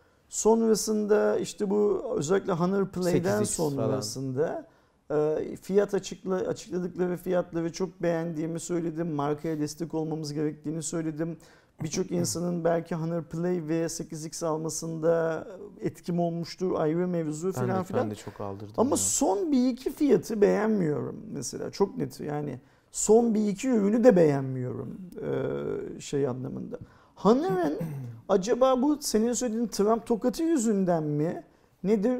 S2: Sonrasında işte bu özellikle Honor Play'den
S1: 8X
S2: sonrasında fiyat açıkladıkları fiyatları çok beğendiğimi söyledim. Markaya destek olmamız gerektiğini söyledim. Birçok insanın belki Honor Play ve 8X almasında etkim olmuştur, ayrı mevzu falan filan.
S1: Ben de çok aldırdım.
S2: Ama son bir iki fiyatı beğenmiyorum mesela, çok net yani. Son bir iki ürünü de beğenmiyorum şey anlamında. Honor'ın acaba bu senin söylediğin Trump tokatı yüzünden mi? Nedir?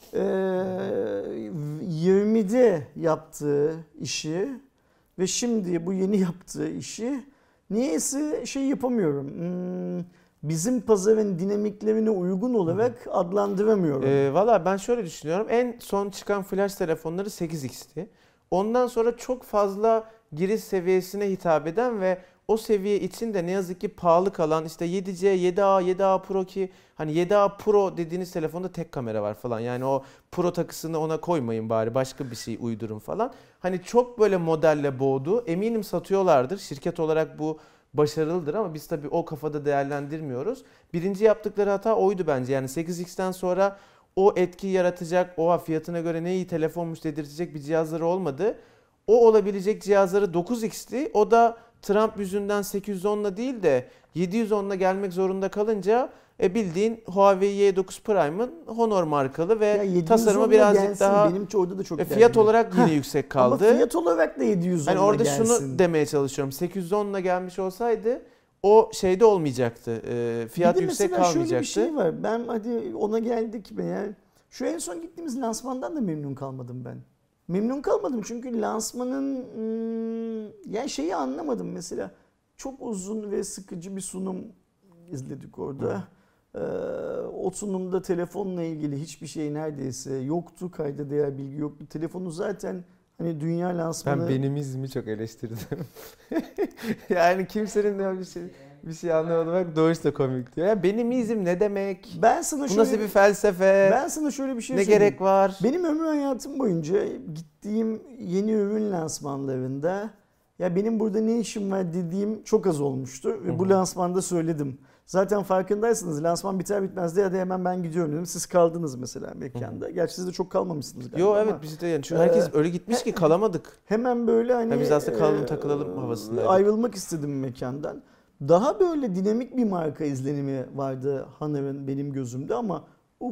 S2: 20'de yaptığı işi ve şimdi bu yeni yaptığı işi niyeyse şey yapamıyorum. Bizim pazarın dinamiklerine uygun olarak adlandıramıyorum.
S1: Valla ben şöyle düşünüyorum. En son çıkan flash telefonları 8X'ti. Ondan sonra çok fazla giriş seviyesine hitap eden ve o seviye için de ne yazık ki pahalı kalan işte 7C, 7A, 7A Pro ki hani 7A Pro dediğiniz telefonda tek kamera var falan. Yani o Pro takısını ona koymayın bari, başka bir şey uydurun falan. Hani çok böyle modelle boğdu. Eminim satıyorlardır. Şirket olarak bu başarılıdır ama biz tabii o kafada değerlendirmiyoruz. Birinci yaptıkları hata oydu bence. Yani 8X'ten sonra o etki yaratacak, o fiyatına göre ne iyi telefonmuş dedirtecek bir cihazları olmadı. O olabilecek cihazları 9X'ti. O da Trump yüzünden 810'la değil de 710'la gelmek zorunda kalınca bildiğin Huawei Y9 Prime'ın Honor markalı ve tasarımı birazcık daha
S2: benimki orada da çok
S1: fiyat olarak yine yüksek kaldı.
S2: Ama fiyat olarak da 710'la
S1: hani orada
S2: gelsin.
S1: şunu demeye çalışıyorum. 810'la gelmiş olsaydı o şeyde olmayacaktı. Fiyat yüksek kalmayacaktı.
S2: Şöyle bir şey var. Ben hadi ona geldik mi yani. Şu en son gittiğimiz lansmandan da memnun kalmadım ben. Memnun kalmadım çünkü lansmanın yani şeyi anlamadım mesela. Çok uzun ve sıkıcı bir sunum izledik orada. O sunumda telefonla ilgili hiçbir şey neredeyse yoktu. Kayda değer bilgi yoktu. Telefonu zaten hani dünya lansmanı...
S1: Ben benimizmi çok eleştirdim. Yani kimsenin de bir şey anlamadı. Bak Doğuş da komik diyor. Ya benimizm ne demek? Bu nasıl bir felsefe?
S2: Ben sana şöyle bir şey
S1: ne
S2: söyleyeyim.
S1: gerek var?
S2: Benim ömrü hayatım boyunca gittiğim yeni ürün lansmanlarında ya benim burada ne işim var dediğim çok az olmuştu. Ve bu lansmanda söyledim. Zaten farkındaysanız lansman biter bitmez de ya da hemen ben gidiyorum dedim. Siz kaldınız mesela mekanda. Gerçi siz de çok kalmamışsınız galiba.
S1: Yo evet biz de yani çünkü herkes öyle gitmiş ki kalamadık.
S2: Hemen böyle hani
S1: biz aslında kalalım takılalım havasındaydık.
S2: Ayrılmak istedim mekandan. Daha böyle dinamik bir marka izlenimi vardı Honor'ın benim gözümde ama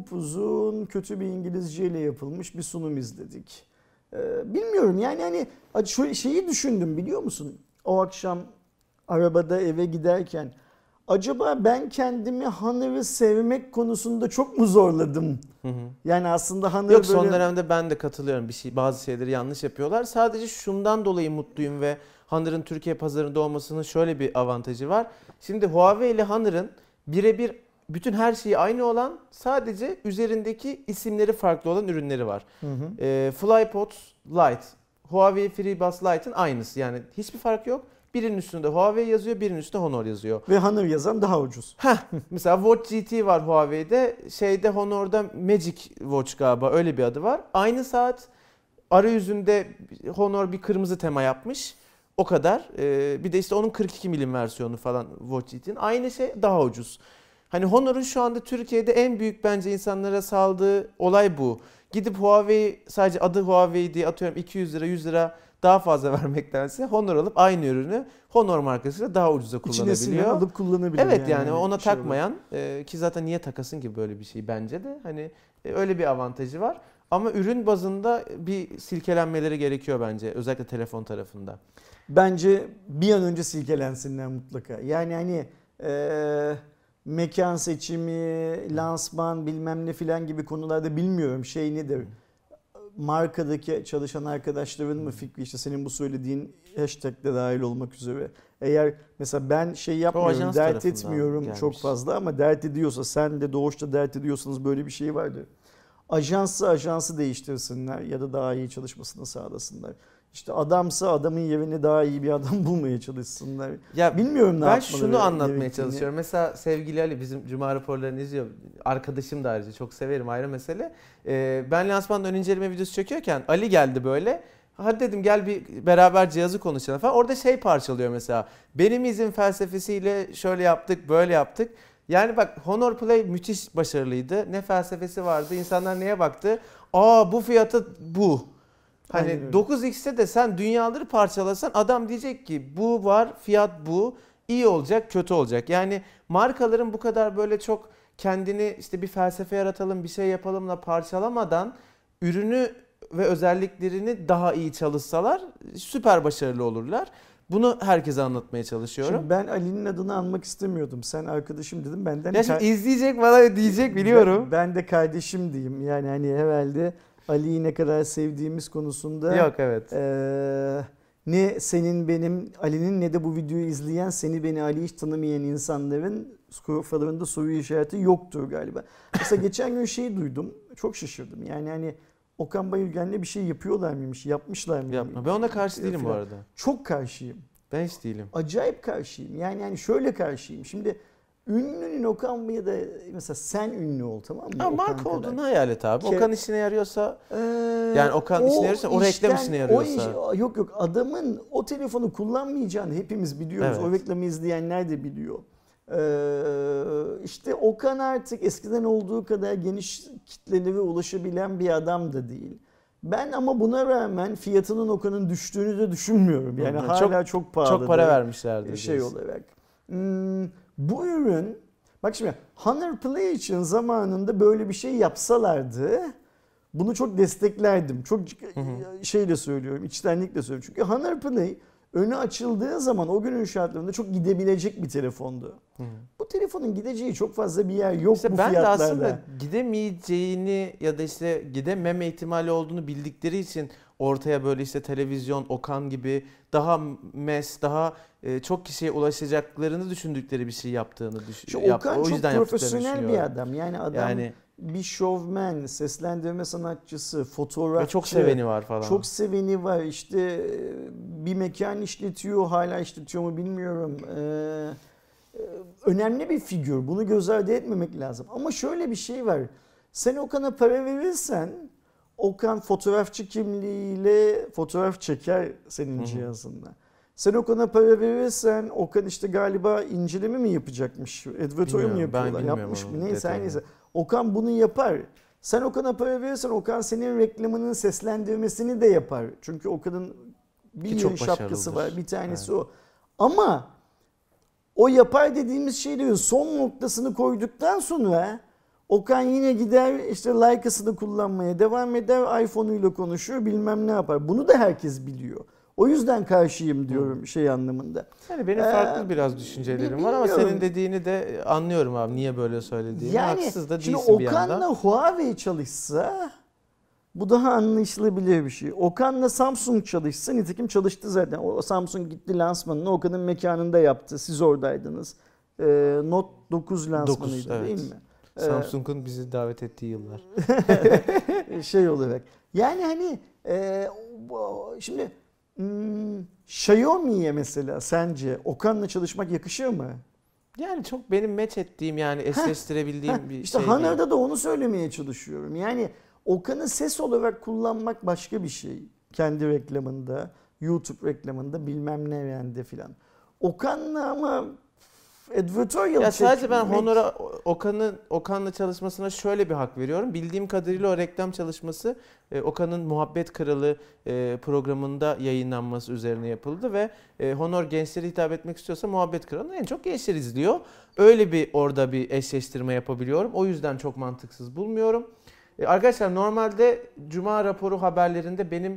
S2: upuzun kötü bir İngilizceyle yapılmış bir sunum izledik. Bilmiyorum yani hani şöyle şeyi düşündüm biliyor musun? O akşam arabada eve giderken acaba ben kendimi Honor'ı sevmek konusunda çok mu zorladım? Yani aslında Honor
S1: Yok son dönemde ben de katılıyorum. Bazı şeyleri yanlış yapıyorlar. Sadece şundan dolayı mutluyum ve Honor'ın Türkiye pazarında olmasının şöyle bir avantajı var. Şimdi Huawei ile Honor'ın birebir bütün her şeyi aynı olan sadece üzerindeki isimleri farklı olan ürünleri var. FlyPods Lite, Huawei FreeBuds Lite'ın aynısı. Yani hiçbir fark yok. Birinin üstünde Huawei yazıyor, birinin üstünde Honor yazıyor.
S2: Ve Honor yazan daha ucuz.
S1: Mesela Watch GT var Huawei'de, Honor'da Magic Watch galiba öyle bir adı var. Aynı saat arayüzünde Honor bir kırmızı tema yapmış. O kadar. Bir de işte onun 42 milim versiyonu falan Watch GT'nin. Aynı şey daha ucuz. Hani Honor'un şu anda Türkiye'de en büyük bence insanlara saldığı olay bu. Gidip Huawei sadece adı Huawei diye atıyorum 200 lira 100 lira daha fazla vermektense Honor alıp aynı ürünü Honor markasıyla daha ucuza kullanabiliyor.
S2: İçine alıp kullanabiliyor.
S1: Evet yani ona takmayan ki zaten niye takasın ki böyle bir şey bence de hani öyle bir avantajı var. Ama ürün bazında bir silkelenmeleri gerekiyor bence özellikle telefon tarafında.
S2: Bence bir an önce silkelensinler mutlaka. Yani hani mekan seçimi, lansman bilmem ne filan gibi konularda bilmiyorum şey nedir. Markadaki çalışan arkadaşların mı fikri işte senin bu söylediğin hashtag'de dahil olmak üzere. Eğer mesela ben şey yapmıyorum, dert etmiyorum gelmiş. Çok fazla ama dert ediyorsa sen de Doğuş'ta dert ediyorsanız böyle bir şey vardı. Ajansı değiştirsinler ya da daha iyi çalışmasını sağlasınlar. İşte adamsa adamın yerine daha iyi bir adam bulmaya çalışsınlar.
S1: Ya
S2: bilmiyorum ne
S1: ben
S2: yapmaları
S1: şunu anlatmaya
S2: gerektiğini.
S1: çalışıyorum. Mesela sevgili Ali bizim Cuma raporlarını izliyor. Arkadaşım da ayrıca çok severim ayrı mesele. Ben lansmandan ön inceleme videosu çekiyorken Ali geldi böyle. Hadi dedim gel bir beraber cihazı konuşalım falan. Orada şey parçalıyor mesela. Benim izin felsefesiyle şöyle yaptık böyle yaptık. Yani bak Honor Play müthiş başarılıydı. Ne felsefesi vardı? İnsanlar neye baktı? Bu fiyatı bu. Hani 9x'te de sen dünyaları parçalasan adam diyecek ki bu var fiyat bu iyi olacak kötü olacak. Yani markaların bu kadar böyle çok kendini işte bir felsefe yaratalım bir şey yapalımla parçalamadan ürünü ve özelliklerini daha iyi çalışsalar süper başarılı olurlar. Bunu herkese anlatmaya çalışıyorum.
S2: Şimdi ben Ali'nin adını anmak istemiyordum. Sen arkadaşım dedim benden.
S1: Ya şimdi izleyecek bana diyecek biliyorum.
S2: Ben de kardeşim diyeyim. Yani hani herhalde Ali'yi ne kadar sevdiğimiz konusunda.
S1: Yok evet.
S2: Ne senin benim Ali'nin ne de bu videoyu izleyen seni beni Ali hiç tanımayan insanların kafalarında soru işareti yoktur galiba. Mesela geçen gün şeyi duydum. Çok şaşırdım. Yani hani Okan Bayülgen'le bir şey yapıyorlar mıymış? Yapmışlar mı?
S1: Yapma. Ben ona karşı değilim bu arada.
S2: Çok karşıyım.
S1: Ben hiç değilim.
S2: Acayip karşıyım. Yani şöyle karşıyım. Şimdi ünlünün Okan ya da mesela sen ünlü ol tamam mı?
S1: Marka olduğunu hayal et abi. Okan işine yarıyorsa yani Okan işine yarıyorsa o reklam işine yarıyorsa.
S2: Yok adamın o telefonu kullanmayacağını hepimiz biliyoruz.
S1: Evet.
S2: O reklamı izleyenler de biliyor. İşte Okan artık eskiden olduğu kadar geniş kitlelere ulaşabilen bir adam da değil. Ben ama buna rağmen fiyatının Okan'ın düştüğünü de düşünmüyorum. Yani hala çok pahalı.
S1: Çok para vermişlerdi.
S2: Şey olarak. Bu ürün bak şimdi Honor Play için zamanında böyle bir şey yapsalardı bunu çok desteklerdim. Çok şeyle söylüyorum, içtenlikle söylüyorum. Çünkü Honor Play önü açıldığı zaman o günün şartlarında çok gidebilecek bir telefondu. Bu telefonun gideceği çok fazla bir yer yok
S1: işte
S2: bu
S1: ben
S2: fiyatlarda.
S1: Ben de aslında gidemeyeceğini ya da işte gidememe ihtimali olduğunu bildikleri için ortaya böyle işte televizyon, Okan gibi daha daha çok kişiye ulaşacaklarını düşündükleri bir şey yaptığını
S2: Okan
S1: o yüzden
S2: çok profesyonel bir adam. Yani adam
S1: yani,
S2: bir şovmen, seslendirme sanatçısı, fotoğrafçı.
S1: ve çok seveni var falan.
S2: Çok seveni var. İşte bir mekan işletiyor, hala işletiyor mu bilmiyorum. Önemli bir figür. Bunu göz ardı etmemek lazım. Ama şöyle bir şey var. Sen Okan'a para verirsen Okan fotoğrafçı kimliğiyle fotoğraf çeker senin cihazınla. Sen Okan'a para verirsen Okan işte galiba inceleme mi yapacakmış? Advertorial mu yapıyorlar? Yapmış mı? Neyse neyse. Okan bunu yapar. Sen Okan'a para verirsen Okan senin reklamının seslendirmesini de yapar. Çünkü Okan'ın bir yeni şapkası var. Bir tanesi o. Ama o yapar dediğimiz şeylerin son noktasını koyduktan sonra Okan yine gider işte Leica'sını kullanmaya devam eder, iPhone'uyla konuşur, bilmem ne yapar. Bunu da herkes biliyor. O yüzden karşıyım diyorum şey anlamında.
S1: Yani benim farklı biraz düşüncelerim var ama senin dediğini de anlıyorum abi, niye böyle söylediğini.
S2: Yani
S1: haksız da değilsin
S2: şimdi
S1: bir yandan.
S2: Okan'la Huawei çalışsa bu daha anlaşılabilir bir şey. Okan'la Samsung çalışsa, nitekim çalıştı zaten. O Samsung gitti lansmanını Okan'ın mekanında yaptı. Siz oradaydınız. Note 9 lansmanıydı
S1: 9, evet.
S2: değil mi?
S1: Samsung'un bizi davet ettiği yıllar.
S2: Şey olarak. Yani hani şimdi Xiaomi'ye mesela sence Okan'la çalışmak yakışır mı?
S1: Yani çok benim match ettiğim, yani eşleştirebildiğim bir
S2: işte
S1: şey
S2: Honor'da
S1: değil.
S2: da onu söylemeye çalışıyorum. Yani Okan'ı ses olarak kullanmak başka bir şey. Kendi reklamında, YouTube reklamında, bilmem ne yerinde filan. Okan'la ama advertorial
S1: Ya sadece ben Honor'a Okan'la çalışmasına şöyle bir hak veriyorum. Bildiğim kadarıyla o reklam çalışması Okan'ın Muhabbet Kralı programında yayınlanması üzerine yapıldı ve Honor gençlere hitap etmek istiyorsa Muhabbet Kralı'nı en çok gençler izliyor. Öyle bir orada bir eşleştirme yapabiliyorum. O yüzden çok mantıksız bulmuyorum. Arkadaşlar normalde Cuma raporu haberlerinde benim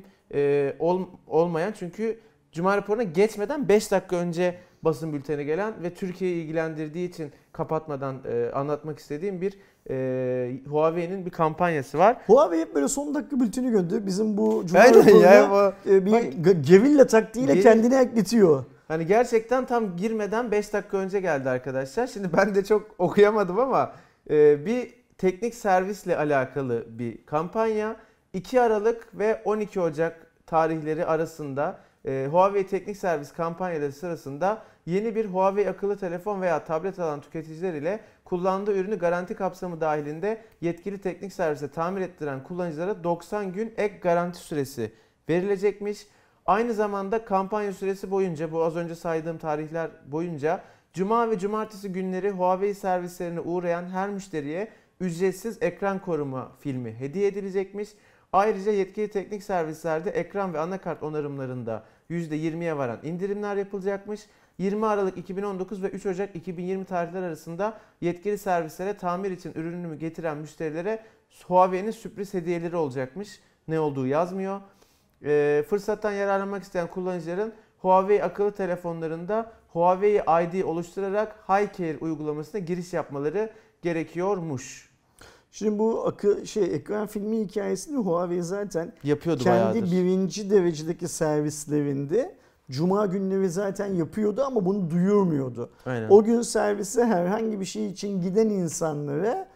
S1: olmayan, çünkü Cuma raporuna geçmeden 5 dakika önce basın bülteni gelen ve Türkiye'yi ilgilendirdiği için kapatmadan anlatmak istediğim bir Huawei'nin bir kampanyası var.
S2: Huawei hep böyle son dakika bülteni gönderiyor. Bizim bu Cuma raporuna bir gerilla taktiğiyle kendini ekletiyor.
S1: Hani gerçekten tam girmeden 5 dakika önce geldi arkadaşlar. Şimdi ben de çok okuyamadım ama bir teknik servisle alakalı bir kampanya. 2 Aralık ve 12 Ocak tarihleri arasında Huawei Teknik Servis kampanyaları sırasında yeni bir Huawei akıllı telefon veya tablet alan tüketiciler ile kullandığı ürünü garanti kapsamı dahilinde yetkili teknik servise tamir ettiren kullanıcılara 90 gün ek garanti süresi verilecekmiş. Aynı zamanda kampanya süresi boyunca, bu az önce saydığım tarihler boyunca Cuma ve Cumartesi günleri Huawei servislerine uğrayan her müşteriye ücretsiz ekran koruma filmi hediye edilecekmiş. Ayrıca yetkili teknik servislerde ekran ve anakart onarımlarında %20'ye varan indirimler yapılacakmış. 20 Aralık 2019 ve 3 Ocak 2020 tarihler arasında yetkili servislere tamir için ürününü getiren müşterilere Huawei'nin sürpriz hediyeleri olacakmış. Ne olduğu yazmıyor. Fırsattan yararlanmak isteyen kullanıcıların Huawei akıllı telefonlarında Huawei ID oluşturarak HiCare uygulamasına giriş yapmaları gerekiyormuş.
S2: Şimdi bu ekran filmi hikayesini Huawei zaten
S1: yapıyordu
S2: kendi
S1: bayağıdır.
S2: Birinci derecedeki servislerinde Cuma günleri zaten yapıyordu ama bunu duyurmuyordu.
S1: Aynen.
S2: O gün servise herhangi bir şey için giden insanlara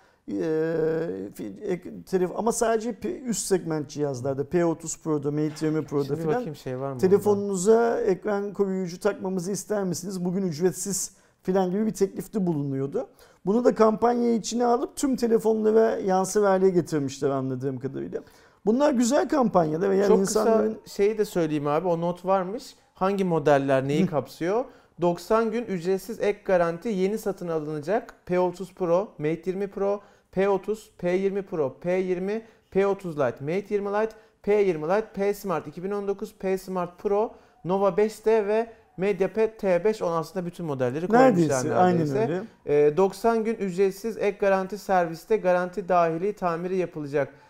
S2: ama sadece üst segment cihazlarda P30 Pro'da, Mate 20 Pro'da falan
S1: şey var mı
S2: telefonunuza ekran koruyucu takmamızı ister misiniz? Bugün ücretsiz falan gibi bir teklifte bulunuyordu. Bunu da kampanya içine alıp tüm telefonlara yansır hale getirmişler anladığım kadarıyla. Bunlar güzel kampanyalar. Yani
S1: çok
S2: insanların...
S1: kısa şeyi de söyleyeyim abi, o not varmış. Hangi modeller neyi kapsıyor? 90 gün ücretsiz ek garanti yeni satın alınacak P30 Pro, Mate 20 Pro, P30, P20 Pro, P20, P30 Lite, Mate 20 Lite, P20 Lite, P Smart 2019, P Smart Pro, Nova 5T ve MediaPad T5, aslında bütün modelleri koymuşlar neredeyse.
S2: Aynen öyle.
S1: 90 gün ücretsiz ek garanti serviste garanti dahili tamiri yapılacak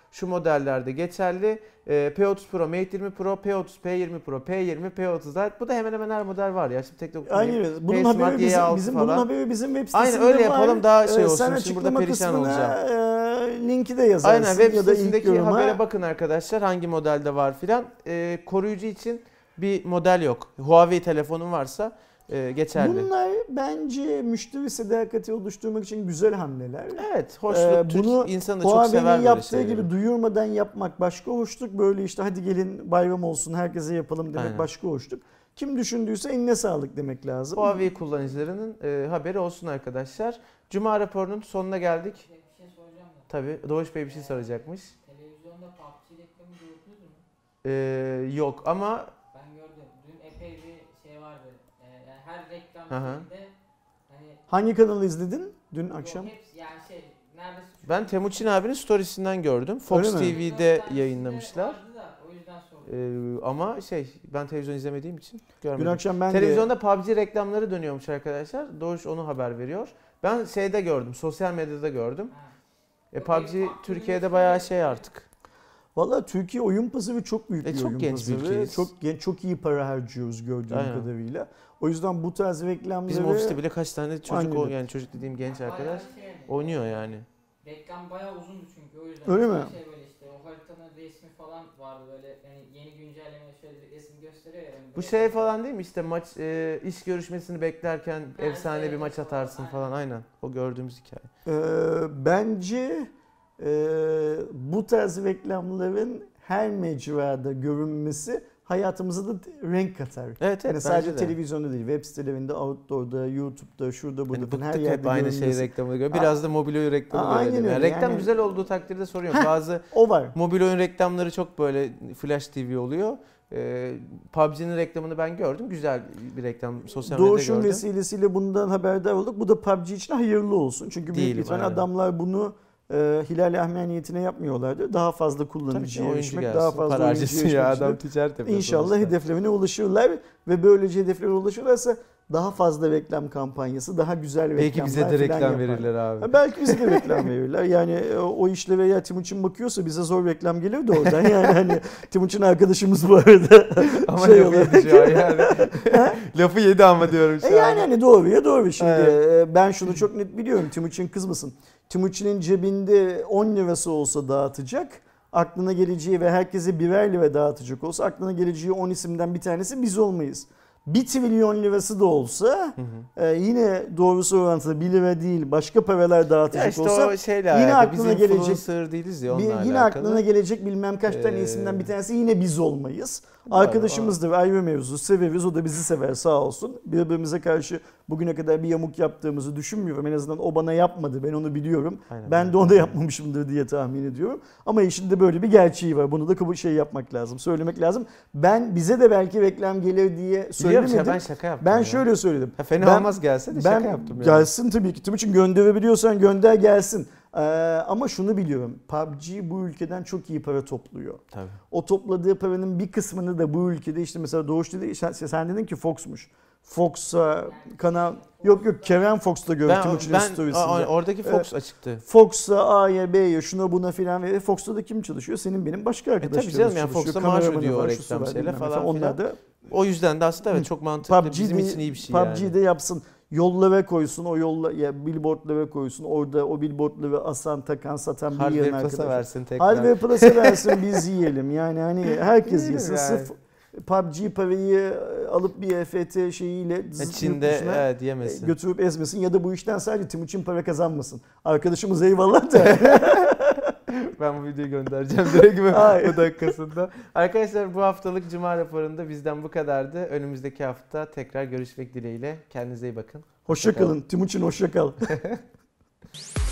S1: şu modellerde geçerli. P30 Pro, Mate 20 Pro, P30, P20 Pro, P20, P30 Lite. Bu da hemen hemen her model var ya. Şimdi tek tek
S2: aynen. Bunun haberi bunun haberi bizim web sitesinde var.
S1: Aynen öyle yapalım daha şey olsun.
S2: Sen
S1: Şimdi burada perişan olacağım.
S2: Linki de yazarsın.
S1: Aynen web
S2: ya da
S1: sitesindeki habere bakın arkadaşlar hangi modelde var filan. Koruyucu için bir model yok. Huawei telefonun varsa geçerli.
S2: Bunlar bence müşteri sadakati oluşturmak için güzel hamleler.
S1: Evet, hoşluk.
S2: Bunu
S1: insanı da çok sever
S2: Huawei'nin
S1: böyle
S2: yaptığı
S1: şeyleri.
S2: gibi duyurmadan yapmak başka hoşluk. Böyle işte hadi gelin bayram olsun herkese yapalım demek
S1: Aynen.
S2: başka hoşluk. Kim düşündüyse eline sağlık demek lazım.
S1: Huawei kullanıcılarının haberi olsun arkadaşlar. Cuma raporunun sonuna geldik.
S3: Bir şey soracağım da.
S1: Tabii Doğuş Bey bir şey soracakmış.
S3: Televizyonda PUBG reklamı gördünüz mü?
S1: Yok ama
S3: Ben gördüm. Dün epey bir şey vardı. Yani her reklam
S1: Hı hı.
S3: filminde hani
S2: Hangi kanalı izledin dün akşam?
S3: hepsi yani neredeyse
S1: ben Temuçin abinin storiesinden gördüm. Fox
S2: Öyle mi?
S1: TV'de yayınlamışlar.
S3: vardı da o yüzden sordum.
S1: Ama ben televizyon izlemediğim için
S2: Dün
S1: görmedim.
S2: akşam ben
S1: Televizyonda PUBG reklamları dönüyormuş arkadaşlar. Doğuş onu haber veriyor. Ben şeyde gördüm, sosyal medyada gördüm.
S3: Ha.
S1: PUBG Türkiye'de bayağı şey artık.
S2: Valla Türkiye oyun pazarı çok büyük bir
S1: çok
S2: oyun
S1: genç bir
S2: pazarı.
S1: ülkeyiz.
S2: Çok iyi para harcıyoruz gördüğüm
S1: Aynen.
S2: kadarıyla. O yüzden bu tarz reklamları...
S1: Bizim ofiste bile kaç tane çocuk
S2: Aynen.
S1: yani çocuk dediğim genç
S3: Bayağı
S1: arkadaş
S3: yani.
S1: oynuyor yani.
S3: Reklam bayağı uzundu çünkü o yüzden.
S2: Öyle
S3: Mesela
S2: mi?
S3: böyle işte o haritanın resmi falan vardı böyle yani yeni güncelleme şöyle resim gösteriyor ya.
S1: Bu şey falan değil mi işte maç iş görüşmesini beklerken efsane
S3: evet,
S1: bir maç
S3: evet,
S1: atarsın
S3: aynen.
S1: falan aynen. O gördüğümüz hikaye.
S2: Bence bu tarz reklamların her mecrada görünmesi hayatımıza da renk katar.
S1: Evet
S2: Yani
S1: evet
S2: sadece
S1: bence de.
S2: televizyonda değil, web sitelerinde, outdoor'da, YouTube'da, şurada burada
S1: Yani
S2: falan her
S1: bıktık
S2: yerde
S1: hep aynı
S2: görünmesi.
S1: şey reklamı göre. Biraz da mobil oyun reklamı
S2: Aynen
S1: görelim. Yani
S2: öyle.
S1: reklam
S2: Yani-
S1: güzel olduğu takdirde sorun yok. Bazı
S2: O var.
S1: mobil oyun reklamları çok böyle Flash TV oluyor. PUBG'nin reklamını ben gördüm. Güzel bir reklam sosyal medyada
S2: Doğuş'un
S1: gördüm.
S2: vesilesiyle bundan haberdar olduk. Bu da PUBG için hayırlı olsun. Çünkü büyük
S1: Değilim,
S2: ihtimalle
S1: aynen.
S2: adamlar bunu Hilal Ahmer niyetine yapmıyorlardı. Daha fazla
S1: Tabii
S2: kullanıcıya
S1: ki oyuncu
S2: erişmek,
S1: gelsin,
S2: daha fazla
S1: para
S2: oyuncuya
S1: harcasın ya
S2: erişmek için
S1: adam
S2: de
S1: ticaret yapıyor
S2: İnşallah
S1: sonuçta.
S2: hedeflerine ulaşırlar ve böylece hedeflerine ulaşırlarsa daha fazla reklam kampanyası, daha güzel reklamlar
S1: Belki bize de
S2: falan
S1: reklam
S2: yapar.
S1: verirler abi.
S2: Ha, belki bize de reklam verirler. Yani o işlere ya Timuçin bakıyorsa bize zor reklam gelir de oradan. Yani hani Timuçin arkadaşımız bu arada.
S1: Ama
S2: şey
S1: lafı
S2: olarak-
S1: yedi şu an yani. Lafı yedi ama diyorum şu an.
S2: Yani hani doğruya doğru şimdi.
S1: Evet.
S2: Ben şunu çok net biliyorum. Timuçin kızmasın. Timuçin'in cebinde 10 lirası olsa dağıtacak. Aklına geleceği ve herkese birer lira dağıtacak olsa aklına geleceği 10 isimden bir tanesi biz olmayız. 1 trilyon lirası da olsa yine doğrusu orantılı 1 lira değil başka paralar dağıtacak
S1: Ya işte
S2: olsa
S1: o şeyle
S2: yine
S1: alakalı.
S2: aklına
S1: Biz
S2: gelecek-
S1: influencer değiliz ya onunla
S2: yine
S1: alakalı.
S2: aklına gelecek bilmem kaç tane isimden bir tanesi yine biz olmayız.
S1: Doğru,
S2: Arkadaşımızdır, ayrı mevzu, severiz, o da bizi sever sağ olsun. Birbirimize karşı bugüne kadar bir yamuk yaptığımızı düşünmüyorum. En azından o bana yapmadı, ben onu biliyorum.
S1: Aynen,
S2: Ben de ona yapmamışımdır diye tahmin ediyorum. Ama işin de böyle bir gerçeği var. Bunu da yapmak lazım, söylemek lazım. Bize de belki reklam gelir diye
S1: Biliyorum
S2: söylemedim.
S1: ya ben şaka yaptım
S2: Ben
S1: ya.
S2: şöyle söyledim.
S1: Ya fena
S2: Ben-
S1: olmaz gelse de
S2: Ben
S1: şaka yaptım yani.
S2: gelsin tabii ki. Timuçin gönderebiliyorsan gönder gelsin. Ama şunu biliyorum. PUBG bu ülkeden çok iyi para topluyor.
S1: Tabii.
S2: O topladığı paranın bir kısmını da bu ülkede işte mesela Doğuş dedi sen dedin ki Fox'muş. Fox'a kanal yok Kerem Fox'ta gördüm Timuçin'in storiesinde.
S1: Oradaki Fox açıktı.
S2: Fox'a, A'ya, B'ye, şuna buna filan ve Fox'ta da kim çalışıyor? Senin benim başka arkadaşlarımız
S1: tabii canım, yani
S2: çalışıyor.
S1: Fox'ta maaş
S2: Kameramanı
S1: ödüyor o
S2: var,
S1: reklam
S2: şusu var,
S1: şeyle
S2: bilmem ne
S1: falan
S2: Onlar
S1: filan.
S2: da
S1: O yüzden de aslında evet çok mantıklı.
S2: PUBG
S1: Bizim
S2: de-
S1: için iyi bir şey
S2: PUBG
S1: yani.
S2: de yapsın. Yollara koysun, o yolla ya billboardlara koysun. Orada o billboardları asan, takan, satan bir yerin
S1: Hardware Plus'a
S2: arkadaşı.
S1: versin tekrar.
S2: Hardware Plus'a versin biz yiyelim. Yani hani herkes
S1: Yiyelim
S2: yesin.
S1: yani.
S2: Sırf PUBG parayı alıp bir EFT şeyiyle zıt
S1: Çin'de
S2: yurt dışına
S1: evet yemesin.
S2: götürüp ezmesin ya da bu işten sadece Timuçin para kazanmasın. Arkadaşımız eyvallah da.
S1: Ben bu videoyu göndereceğim direkt
S2: Ay.
S1: bu dakikasında. Arkadaşlar bu haftalık Cuma raporunda bizden bu kadardı. Önümüzdeki hafta tekrar görüşmek dileğiyle. Kendinize iyi bakın.
S2: Hoşça kalın. Timuçin hoşça kal.